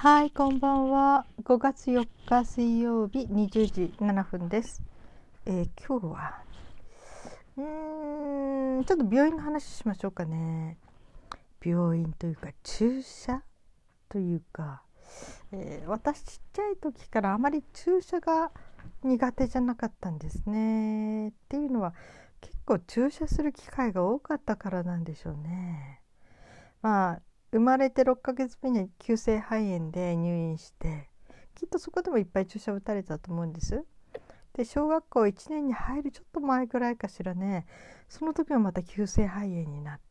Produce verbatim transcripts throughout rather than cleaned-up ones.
はい、こんばんは。ごがつよっか水曜日にじゅうじななふんです。えー、今日はうーんちょっと病院の話しましょうかね。病院というか注射というか、えー、私ちっちゃい時からあまり注射が苦手じゃなかったんですね。っていうのは結構注射する機会が多かったからなんでしょうね。まあ生まれてろっかげつめに急性肺炎で入院して、きっとそこでもいっぱい注射打たれたと思うんです。で小学校いちねんに入るちょっと前ぐらいかしらね、その時もまた急性肺炎になって、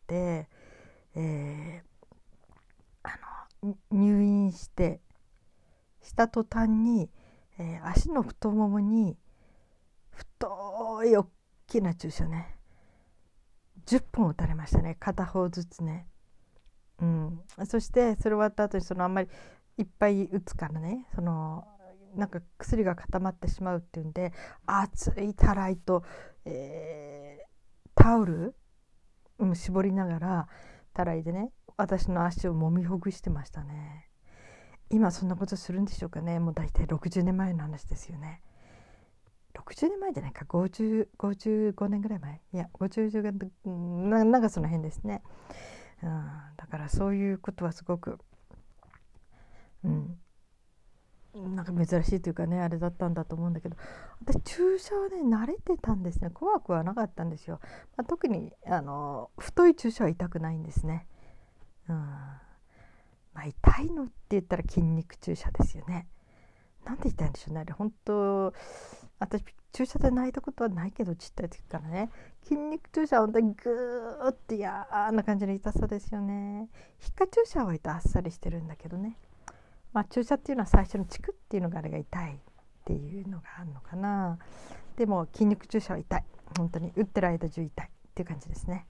えー、あの入院してした途端に、えー、足の太ももに太い大きな注射ねじゅっぽん打たれましたね、片方ずつね。うん、そしてそれ終わった後にそのあんまりいっぱい打つからね、そのなんか薬が固まってしまうっていうんで、熱いたらいと、えー、タオル、うん、絞りながらたらいでね私の足をもみほぐしてましたね。今そんなことするんでしょうかね。もうだいたいろくじゅうねんまえの話ですよね。ろくじゅうねんまえじゃないか、ごじゅう、ごじゅうごねんぐらい前、いやごじゅう、ななんかその辺ですね。うん、だからそういうことはすごく、うん、なんか珍しいというかね、あれだったんだと思うんだけど、私注射はね慣れてたんですね。怖くはなかったんですよ。まあ、特にあの太い注射は痛くないんですね。うん、まあ、痛いのって言ったら筋肉注射ですよね。なんで痛いんでしょうねあれ。本当私注射で泣いたことはないけど、ちっちゃい時からね、筋肉注射は本当にグーって嫌な感じの痛さですよね。皮下注射は割とあっさりしてるんだけどね。まあ、注射っていうのは最初のチクっていうのがあれが痛いっていうのがあるのかな。でも筋肉注射は痛い、本当に打ってる間中痛いっていう感じですね。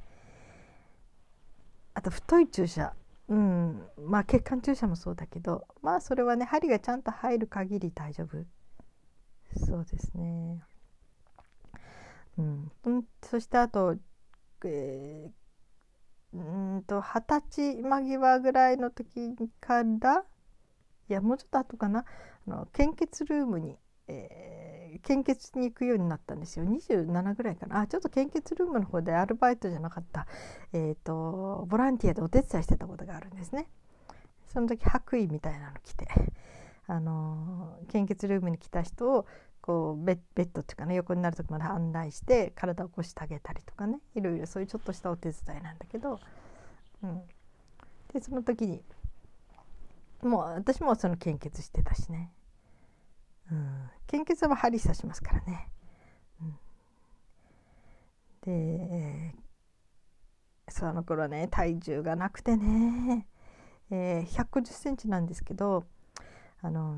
あと太い注射、うん、まあ血管注射もそうだけど、まあそれはね針がちゃんと入る限り大丈夫そうですね。うん、そしてあと、えー、うんと二十歳間際ぐらいの時から、いやもうちょっと後かな、あの献血ルームに、えー、献血に行くようになったんですよ。にじゅうななぐらいかな。あちょっと献血ルームの方でアルバイトじゃなかった、えーと、ボランティアでお手伝いしてたことがあるんですね。その時白衣みたいなの着て、あのー、献血ルームに来た人をこうベッ、ベッドっていうかね、横になる時まで案内して体を起こしてあげたりとかね、いろいろそういうちょっとしたお手伝いなんだけど、うん、でその時にもう私もその献血してたしね、うん、献血は針刺しますからね、うん、で、えー、その頃ね体重がなくてね、えー、ひゃくごじゅっセンチなんですけど、あの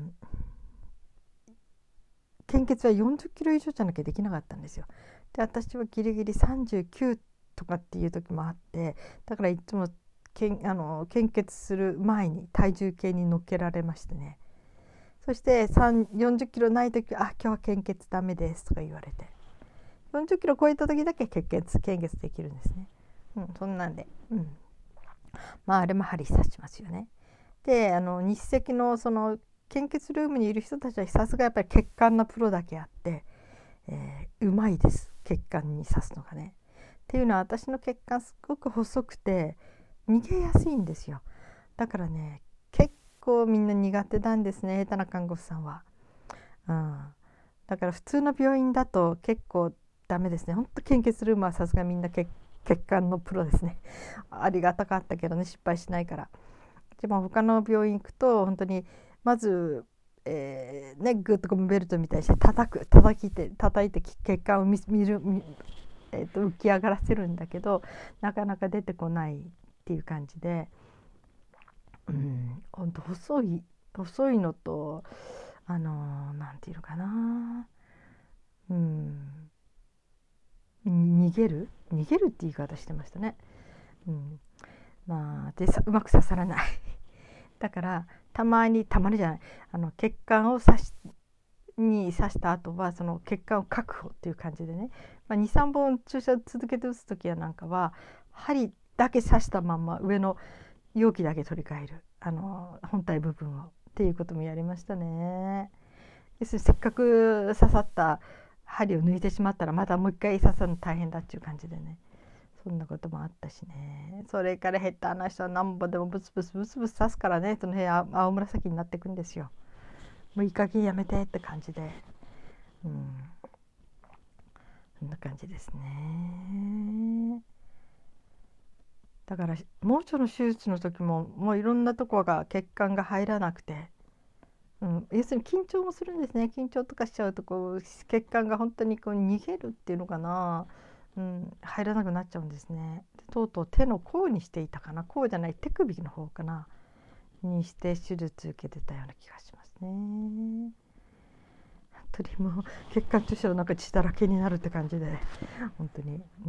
献血はよんじゅっキロ以上じゃなきゃできなかったんですよ。で私はギリギリさんじゅうきゅうとかっていう時もあって、だからいつもけんあの献血する前に体重計に乗っけられましてね、そしてよんじゅっキロない時は「あ、今日は献血ダメです」とか言われて、よんじゅっキロ超えた時だけ献血献血できるんですね。うん、そんなんで、うん、まああれも針刺しますよね。であの日赤のその献血ルームにいる人たちはさすがやっぱり血管のプロだけあって、えー、うまいです、血管に刺すのがね。っていうのは私の血管すごく細くて逃げやすいんですよ。だからね結構みんな苦手なんですね、下手な看護師さんは。うん、だから普通の病院だと結構ダメですね。ほんと献血ルームはさすがみんな血管のプロですね。ありがたかったけどね、失敗しないから。でも他の病院行くと本当にまず、えーね、グッとこうベルトみたいにして叩く叩いて叩いて血管を見る、えー、と浮き上がらせるんだけど、なかなか出てこないっていう感じで、うん、ほんと細い細いのと、あのー、なんていうのかな、うん、逃げる逃げるって言い方してましたね。うん、まあでうまく刺さらないだからたまにたまにじゃない、あの血管を刺しに刺した後はその血管を確保っていう感じでね、まあ、にさんぼん注射続けて打つ時はなんかは針だけ刺したまま上の容器だけ取り替える、あの本体部分をっていうこともやりましたね。要するにせっかく刺さった針を抜いてしまったらまたもう一回刺さるの大変だっていう感じでね、そんなこともあったしね。それから下手な人は何本でもブツブツブツブツ刺すからね、その辺青紫になっていくんですよ。もういい加減やめてって感じで、うん、そんな感じですね。だから盲腸の手術の時ももういろんなところが血管が入らなくて、うん、要するに緊張もするんですね。緊張とかしちゃうとこう血管が本当にこう逃げるっていうのかな、うん、入らなくなっちゃうんですね。でとうとう手の甲にしていたかな、甲じゃない手首の方かなにして手術受けてたような気がしますね。本当にもう血管注射のなんか血だらけになるって感じで本当に、うん、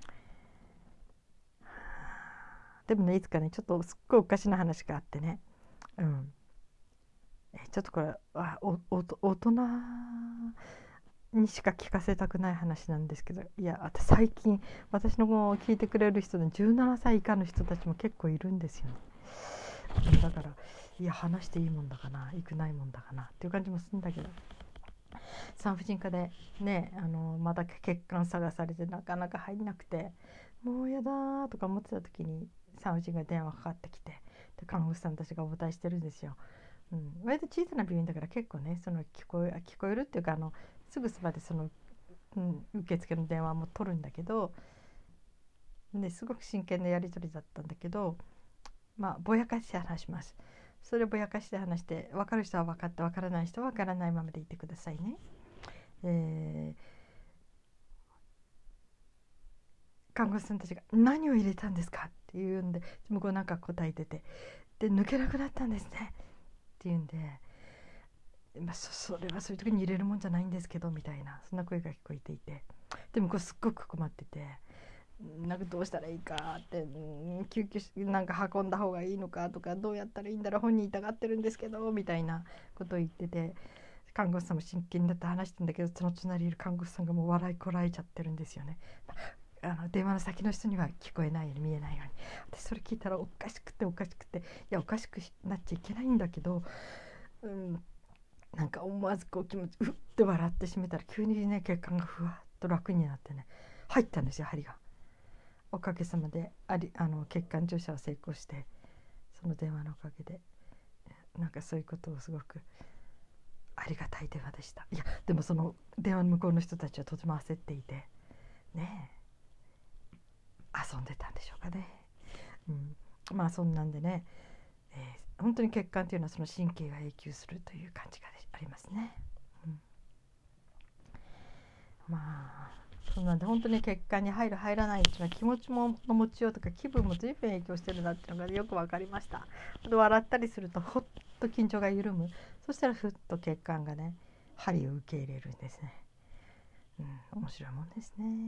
でもねいつかねちょっとすっごいおかしな話があってね、うん、えちょっとこれあおお大人にしか聞かせたくない話なんですけど、いや私最近私の聞いてくれる人でじゅうななさい以下の人たちも結構いるんですよね。だからいや話していいもんだかな、いくないもんだかなっていう感じもするんだけど、産婦人科でねあのまた血管探されてなかなか入んなくてもうやだとか思ってた時に産婦人科に電話かかってきて、で看護師さんたちがお答えしてるんですよ。うん、割と小さな病院だから結構ねその聞こえ聞こえるっていうかあのすぐそばでその、うん、受付の電話も取るんだけど、ですごく真剣なやり取りだったんだけど、まあぼやかして話します。それをぼやかして話して分かる人は分かって分からない人は分からないままでいてくださいね。えー、看護師さんたちが何を入れたんですかって言うんで向こうなんか答えてて、で抜けなくなったんですねって言うんで、まあ、そ, それはそういう時に入れるもんじゃないんですけどみたいなそんな声が聞こえていて、でもこうすっごく困ってて、なんかどうしたらいいかって、うん、救急なんか運んだ方がいいのかとかどうやったらいいんだろう本人痛がってるんですけどみたいなことを言ってて、看護師さんも真剣になって話してんだけどその隣にいる看護師さんがもう笑いこらえちゃってるんですよね。あの電話の先の人には聞こえないように見えないように。私それ聞いたらおかしくておかしくて、いやおかしくなっちゃいけないんだけど、うん、なんか思わずこう気持ちうって笑ってしめたら急にね血管がふわっと楽になってね入ったんですよ針が。おかげさまでありあの血管注射を成功して、その電話のおかげでなんかそういうことをすごくありがたい電話でした。いやでもその電話の向こうの人たちはとても焦っていてね遊んでたんでしょうかね、うん、まあそんなんでね、えー、本当に血管というのはその神経が永久するという感じがありますね、うん、まあそんなんで本当に血管に入る入らないっていうのは気持ちもの持ちようとか気分も随分影響してるなっていうのがよく分かりました。で笑ったりするとほっと緊張が緩む、そしたらふっと血管がね針を受け入れるんですね、うん、面白いもんですね、うん、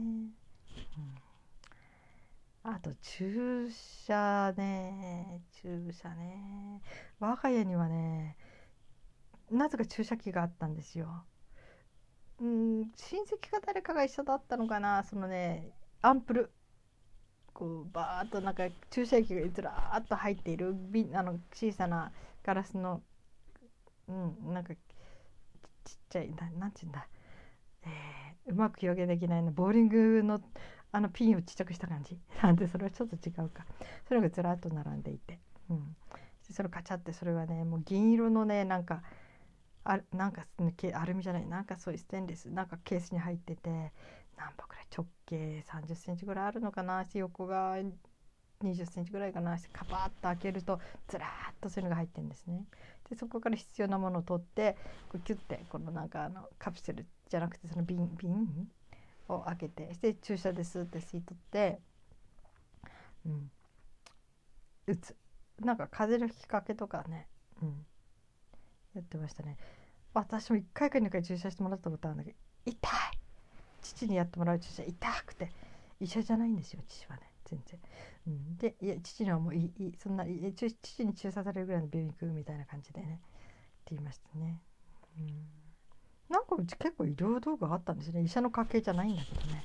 あと注射ね注射ね我が家にはねなぜか注射器があったんですよ。うん、親戚か誰かが一緒だったのかな、そのねアンプルこうバーッとなんか注射液がずらーっと入っている瓶、あの小さなガラスの、うん、なんかちっちゃい な, なんていうんだ、えー、うまく表現できないのボーリングのあのピンをちっちゃくした感じなんで、それはちょっと違うか、それがずらっと並んでいて、うん、それカチャって、それはねもう銀色のねなんかあなんかアルミじゃないなんかそういうステンレスなんかケースに入ってて、何本くらい直径さんじゅっセンチぐらいあるのかな、横がにじゅっセンチぐらいかな、カパッと開けるとずらーっとそういうのが入ってるんですね。でそこから必要なものを取ってこうキュッてこのなんかあのカプセルじゃなくてその瓶瓶を開けて、して注射ですって吸い取って、うん、打つ、なんか風邪のひきかけとかね、うん、やってましたね。私もいっかいかにかい注射してもらったことあるんだけど痛い、父にやってもらう注射痛くて、医者じゃないんですよ父はね全然、うん、でいや父にはもういいそんない父に注射されるぐらいの病院行くみたいな感じでねって言いましたね、うん、なんかうち結構医療道具があったんですね、医者の家系じゃないんだけどね、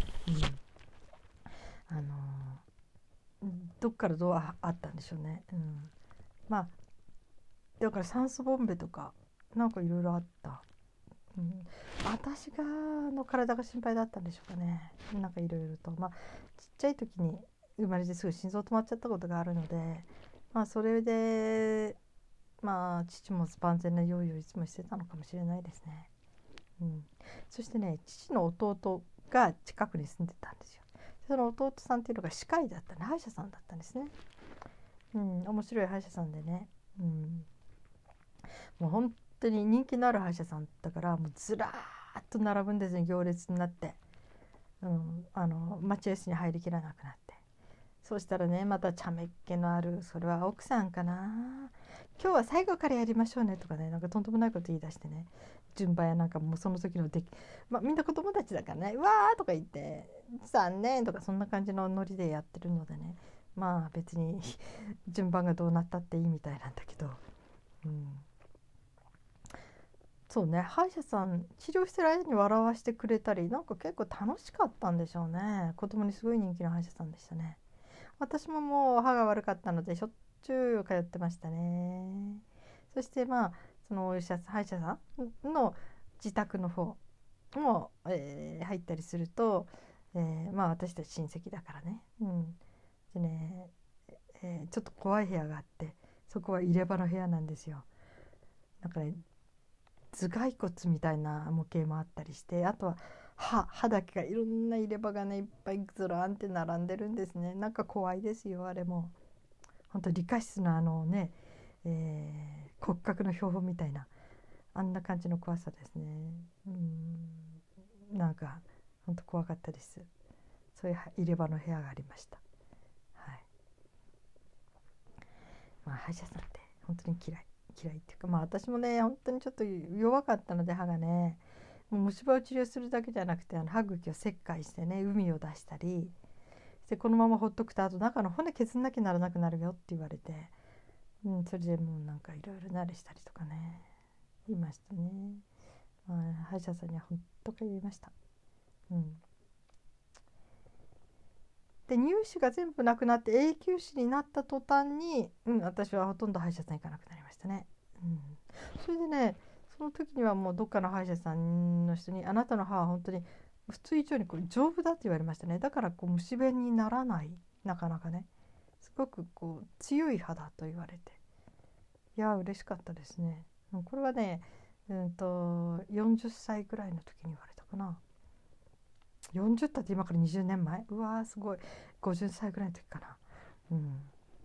うん、あのー、どっからどうあったんでしょうね、うん、まあだから酸素ボンベとかなんかいろいろあった、うん、私がの体が心配だったんでしょうかね。なんかいろいろとまあちっちゃい時に生まれてすぐ心臓止まっちゃったことがあるので、まあそれでまあ父も万全な用意をいつもしてたのかもしれないですね。うん、そしてね、父の弟が近くに住んでたんですよ。その弟さんっていうのが歯科医だったね、歯医者さんだったんですね。うん、面白い歯医者さんでね、うん、もう本当に人気のある歯医者さんだから、もうずらーっと並ぶんですね、行列になって、うん、あの待合室に入りきらなくなって、そうしたらね、また茶目っ気のある、それは奥さんかな、今日は最後からやりましょうねとかね、なんかとんでもないこと言い出してね、順番やなんかもうその時のでき、まあ、みんな子供たちだからね、わーとか言って残念とかそんな感じのノリでやってるのでね、まあ別に順番がどうなったっていいみたいなんだけど、うん、そうね、歯医者さん治療してる間に笑わしてくれたり、なんか結構楽しかったんでしょうね。子供にすごい人気の歯医者さんでしたね。私ももう歯が悪かったのでしょっちゅう通ってましたね。そしてまあそのお医者さん歯医者さんの自宅の方も、えー入ったりすると、えーまあ私たち親戚だからね、うん、でね、えーちょっと怖い部屋があって、そこは入れ歯の部屋なんですよ。なんかね、頭蓋骨みたいな模型もあったりして、あとは歯歯だけがいろんな入れ歯がねいっぱいずらーんって並んでるんですね。なんか怖いですよあれも。本当理科室のあのね、えー骨格の標本みたいなあんな感じの怖さですね。うん、なんか本当怖かったです。そういう入れ歯の部屋がありました。はい。まあ歯医者さんって本当に嫌い嫌いっていうか、まあ私もね本当にちょっと弱かったので、歯がね、もう虫歯を治療するだけじゃなくて、あの歯茎を切開してね膿を出したりで、このままほっとくとあと中の骨削んなきゃならなくなるよって言われて、うん、それでもうなんかいろいろ慣れしたりとかね言いましたね。まあ、歯医者さんには本当か言いました。うん、で乳歯が全部なくなって永久歯になった途端に、うん、私はほとんど歯医者さん行かなくなりましたね。うん、それでね、その時にはもうどっかの歯医者さんの人に、あなたの歯は本当に普通以上にこう丈夫だって言われましたね。だからこう虫歯にならない、なかなかね、すごくこう強い歯だと言われて、いや嬉しかったですね。これはね、うんとよんじゅっさいぐらいの時に言われたかな。よんじゅうだって今からにじゅうねんまえ、うわーすごい、ごじゅっさいぐらいの時かな。うん、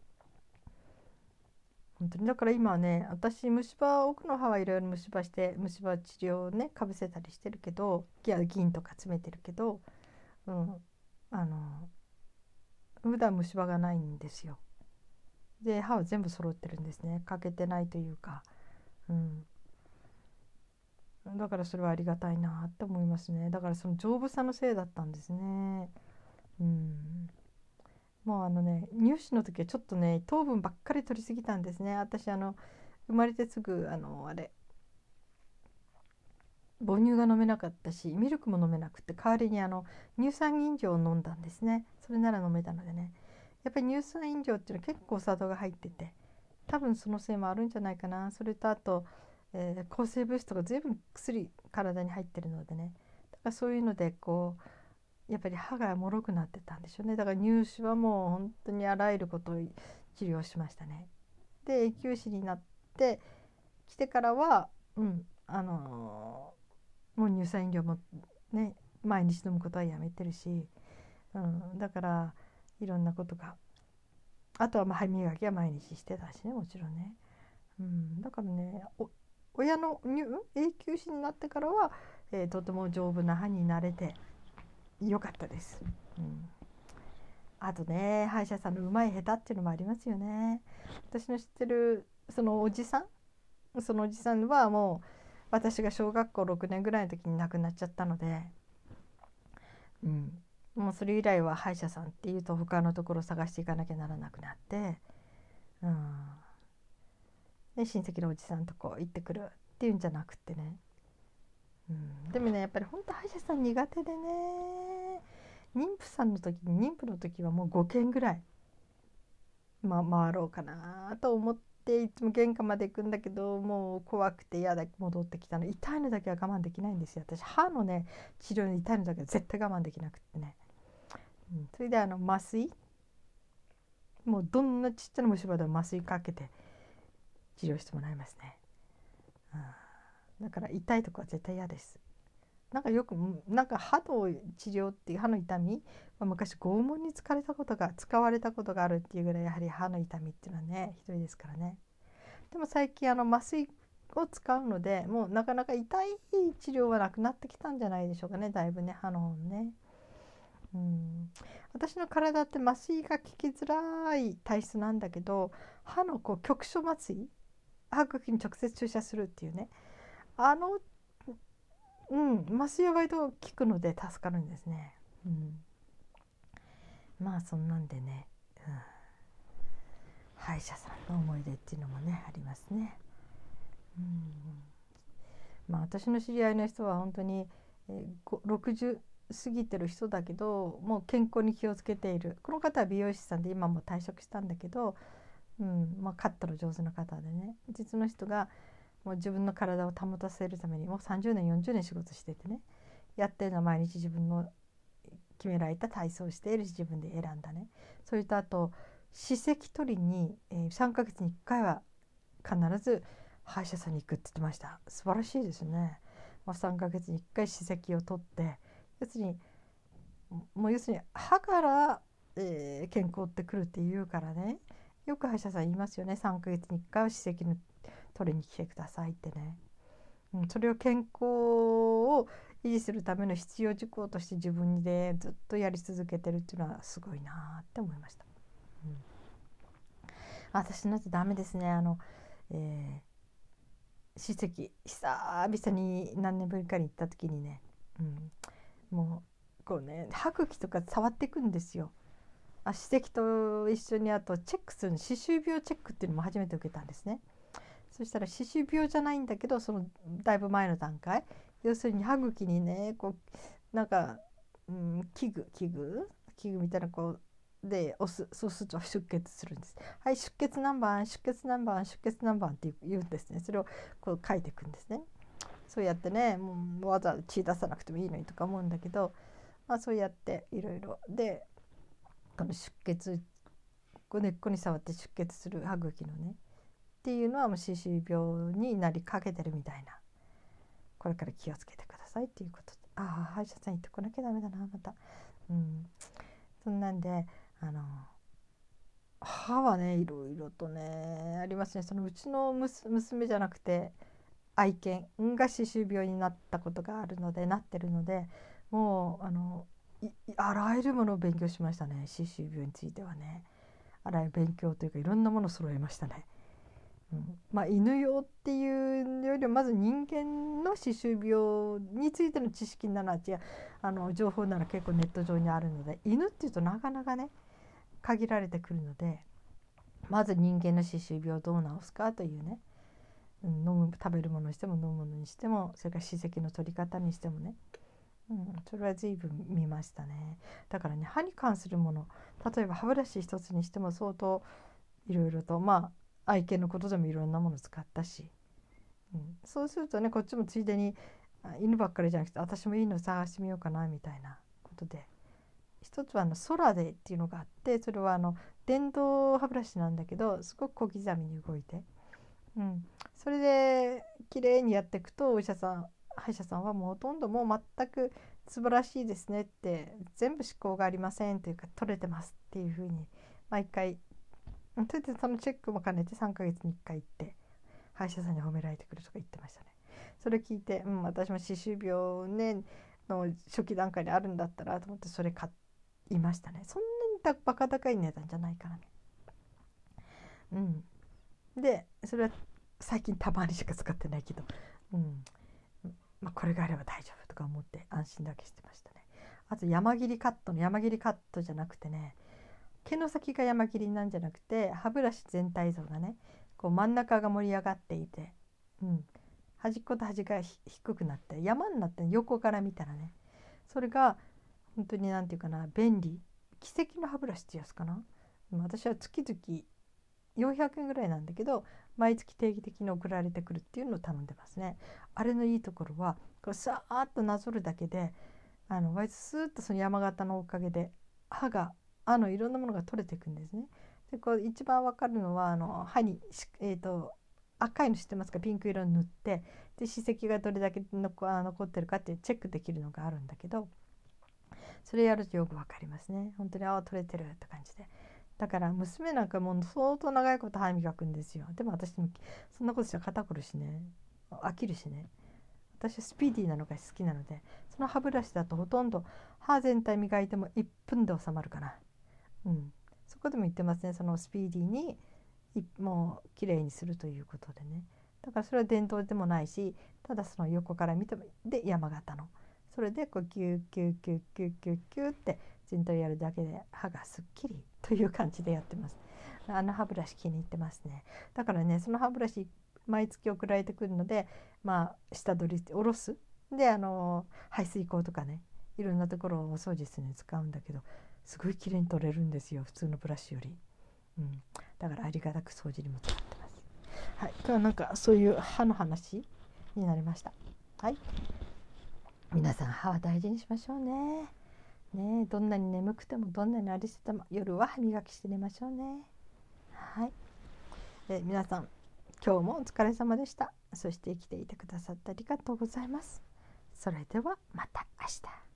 本当にだから今はね、私虫歯、奥の歯はいろいろ虫歯して虫歯治療をねかぶせたりしてるけど、いや銀とか詰めてるけど、うん、あの普段虫歯がないんですよ。で歯は全部揃ってるんですね、欠けてないというか、うん、だからそれはありがたいなって思いますね。だからその丈夫さのせいだったんですね。うん、もうあのね、乳歯の時はちょっとね糖分ばっかり取りすぎたんですね。私あの生まれてすぐあのあれ母乳が飲めなかったし、ミルクも飲めなくて、代わりにあの乳酸飲料を飲んだんですね。それなら飲めたのでね、やっぱり乳酸飲料っていうのは結構砂糖が入ってて、多分そのせいもあるんじゃないかな。それとあと、えー抗生物質とか随分薬体に入ってるのでね、だからそういうのでこうやっぱり歯がもろくなってたんでしょうね。だから乳歯はもう本当にあらゆることを治療しましたね。で永久歯になってきてからは、うんあのーもう乳酸飲料もね毎日飲むことはやめてるし、うん、だからいろんなことが、あとはまあ歯磨きは毎日してたしね、もちろんね、うん、だからね、お親の乳永久歯になってからは、えーとても丈夫な歯になれてよかったです。うん、あとね、歯医者さんのうまい下手っていうのもありますよね。私の知ってるそのおじさんそのおじさんはもう私が小学校ろくねんぐらいの時に亡くなっちゃったので、うん、もうそれ以来は歯医者さんっていうと他のところを探していかなきゃならなくなって、うん、で親戚のおじさんとこう行ってくるっていうんじゃなくってね、うん、でもねやっぱり本当歯医者さん苦手でね、妊婦さんの時に妊婦の時はもうごけんぐらい、ま、回ろうかなと思っていつも玄関まで行くんだけど、もう怖くて嫌だ、戻ってきたの。痛いのだけは我慢できないんですよ。私歯のね治療に痛いのだけは絶対我慢できなくってね、うん、それであの麻酔、もうどんなちっちゃな虫歯でも麻酔かけて治療してもらいますね、うん、だから痛いとこは絶対嫌です。なんかよくなんか歯の治療っていう歯の痛み、まあ、昔拷問に使われたことが使われたことがあるっていうぐらい、やはり歯の痛みっていうのはねひどいですからね。でも最近あの麻酔を使うので、もうなかなか痛い治療はなくなってきたんじゃないでしょうかね、だいぶね、歯の方ね。うん、私の体って麻酔が効きづらい体質なんだけど、歯のこう局所麻酔、歯茎に直接注射するっていうね、あのうん、麻酔は割と効くので助かるんですね。うん、まあそんなんでね、うん、歯医者さんの思い出っていうのもねありますね。うん、まあ私の知り合いの人は本当に、えー、ろくじゅう過ぎてる人だけど、もう健康に気をつけている。この方は美容師さんで今も退職したんだけど、うんまあ、カットの上手な方でね、実の人がもう自分の体を保たせるためにもうさんじゅうねんよんじゅうねん仕事しててね、やってるのは毎日自分の決められた体操をしているし、自分で選んだね。それとあと歯石取りに、えー、さんかげつにいっかいは必ず歯医者さんに行くって言ってました。素晴らしいですね。まあ、さんかげつにいっかい歯石を取って、要するにもう要するに歯から、えー、健康ってくるって言うからね、よく歯医者さん言いますよね。さんかげつにいっかいは歯石の取りに来てくださいってね、うん、それを健康を維持するための必要事項として自分でずっとやり続けてるっていうのはすごいなって思いました、うん、私なんてダメですね。あの、えー、歯石久々に何年ぶりかに行った時にね、うん、もうこうね歯茎とか触っていくんですよ。あ、歯石と一緒にあとチェックするの、歯周病チェックっていうのも初めて受けたんですね。そしたら歯周病じゃないんだけど、そのだいぶ前の段階、要するに歯茎にねこうなんか、うん、器具器具器具みたいなこうで押す、そうすると出血するんです。はい、出血何番出血何番出血何番って言うんですね。それをこう書いていくんですね。そうやってね、もうわざわざ血出さなくてもいいのにとか思うんだけど、まあ、そうやっていろいろで、この出血、根っこに触って出血する歯茎のねっていうのはもう歯周病になりかけてるみたいな、これから気をつけてくださいっていうことで、ああ歯医者さん行ってこなきゃダメだなまた、うん、そんなんであの歯はねいろいろとねありますね。そのうちの娘じゃなくて愛犬が歯周病になったことがあるのでなってるので、もうあのあらゆるものを勉強しましたね。歯周病についてはね、あらゆる勉強というかいろんなものを揃えましたね。うん、まあ犬用っていうよりはまず人間の歯周病についての知識なら違う、あの情報なら結構ネット上にあるので、犬っていうとなかなかね限られてくるので、まず人間の歯周病をどう治すかというね、うん、飲む食べるものにしても飲むものにしても、それから歯石の取り方にしてもね、うん、それは随分見ましたね。だからね歯に関するもの、例えば歯ブラシ一つにしても相当いろいろと、まあ愛犬のことでもいろんなもの使ったし、うん、そうするとねこっちもついでに犬ばっかりじゃなくて私もいいの探してみようかなみたいなことで、一つはあのソラデっていうのがあって、それはあの電動歯ブラシなんだけどすごく小刻みに動いて、うん、それで綺麗にやっていくとお医者さん歯医者さんはもうほとんどもう全く素晴らしいですねって、全部歯垢がありませんというか取れてますっていうふうに毎回、それでそのチェックも兼ねてさんかげつにいっかい行って歯医者さんに褒められてくるとか言ってましたね。それ聞いて、うん、私も歯周病、ね、の初期段階であるんだったらと思ってそれ買いましたね。そんなにバカ高い値段じゃないからね。うん、でそれは最近たまにしか使ってないけど、うんまあ、これがあれば大丈夫とか思って安心だけしてましたね。あと山切りカットの山切りカットじゃなくてね、毛の先が山切りなんじゃなくて歯ブラシ全体像がねこう真ん中が盛り上がっていて、うん、端っこと端が低くなって山になって横から見たらね、それが本当になんていうかな便利、奇跡の歯ブラシってやつかな。私は月々 よんひゃくえんぐらいなんだけど、毎月定期的に送られてくるっていうのを頼んでますね。あれのいいところはこれさーっとなぞるだけで、あの割とスーッとその山形のおかげで歯が歯のいろんなものが取れていくんですね。でこう一番わかるのはあの歯に、えー、と赤いの知ってますか？ピンク色に塗ってで歯石がどれだけ残あ残ってるかってチェックできるのがあるんだけど、それやるとよくわかりますね。本当にああ取れてるって感じで。だから娘なんかもう相当長いこと歯磨くんですよ。でも私もそんなことしたら肩こるしね、飽きるしね。私はスピーディーなのが好きなので、その歯ブラシだとほとんど歯全体磨いてもいっぷんで収まるかな。うん、そこでも言ってますね。そのスピーディーにもう綺麗にするということでね。だからそれは伝統でもないし、ただその横から見てもで山形のそれでこうギュッギュッギュッギュッギュッギュッって全体やるだけで歯がすっきりという感じでやってます。あの歯ブラシ気に入ってますね。だからね、その歯ブラシ毎月送られてくるので、まあ下取りして下ろすで、あの排水口とかね、いろんなところをお掃除するのに使うんだけど、すごい綺麗に取れるんですよ、普通のブラシより。うん、だからありがたく掃除にも使ってます。はい、今日はなんかそういう歯の話になりました。はい、皆さん歯は大事にしましょうね。ね、どんなに眠くてもどんなにありしてても夜は歯磨きして寝ましょうね。はい、え皆さん今日もお疲れ様でした。そして生きていてくださってありがとうございます。それではまた明日。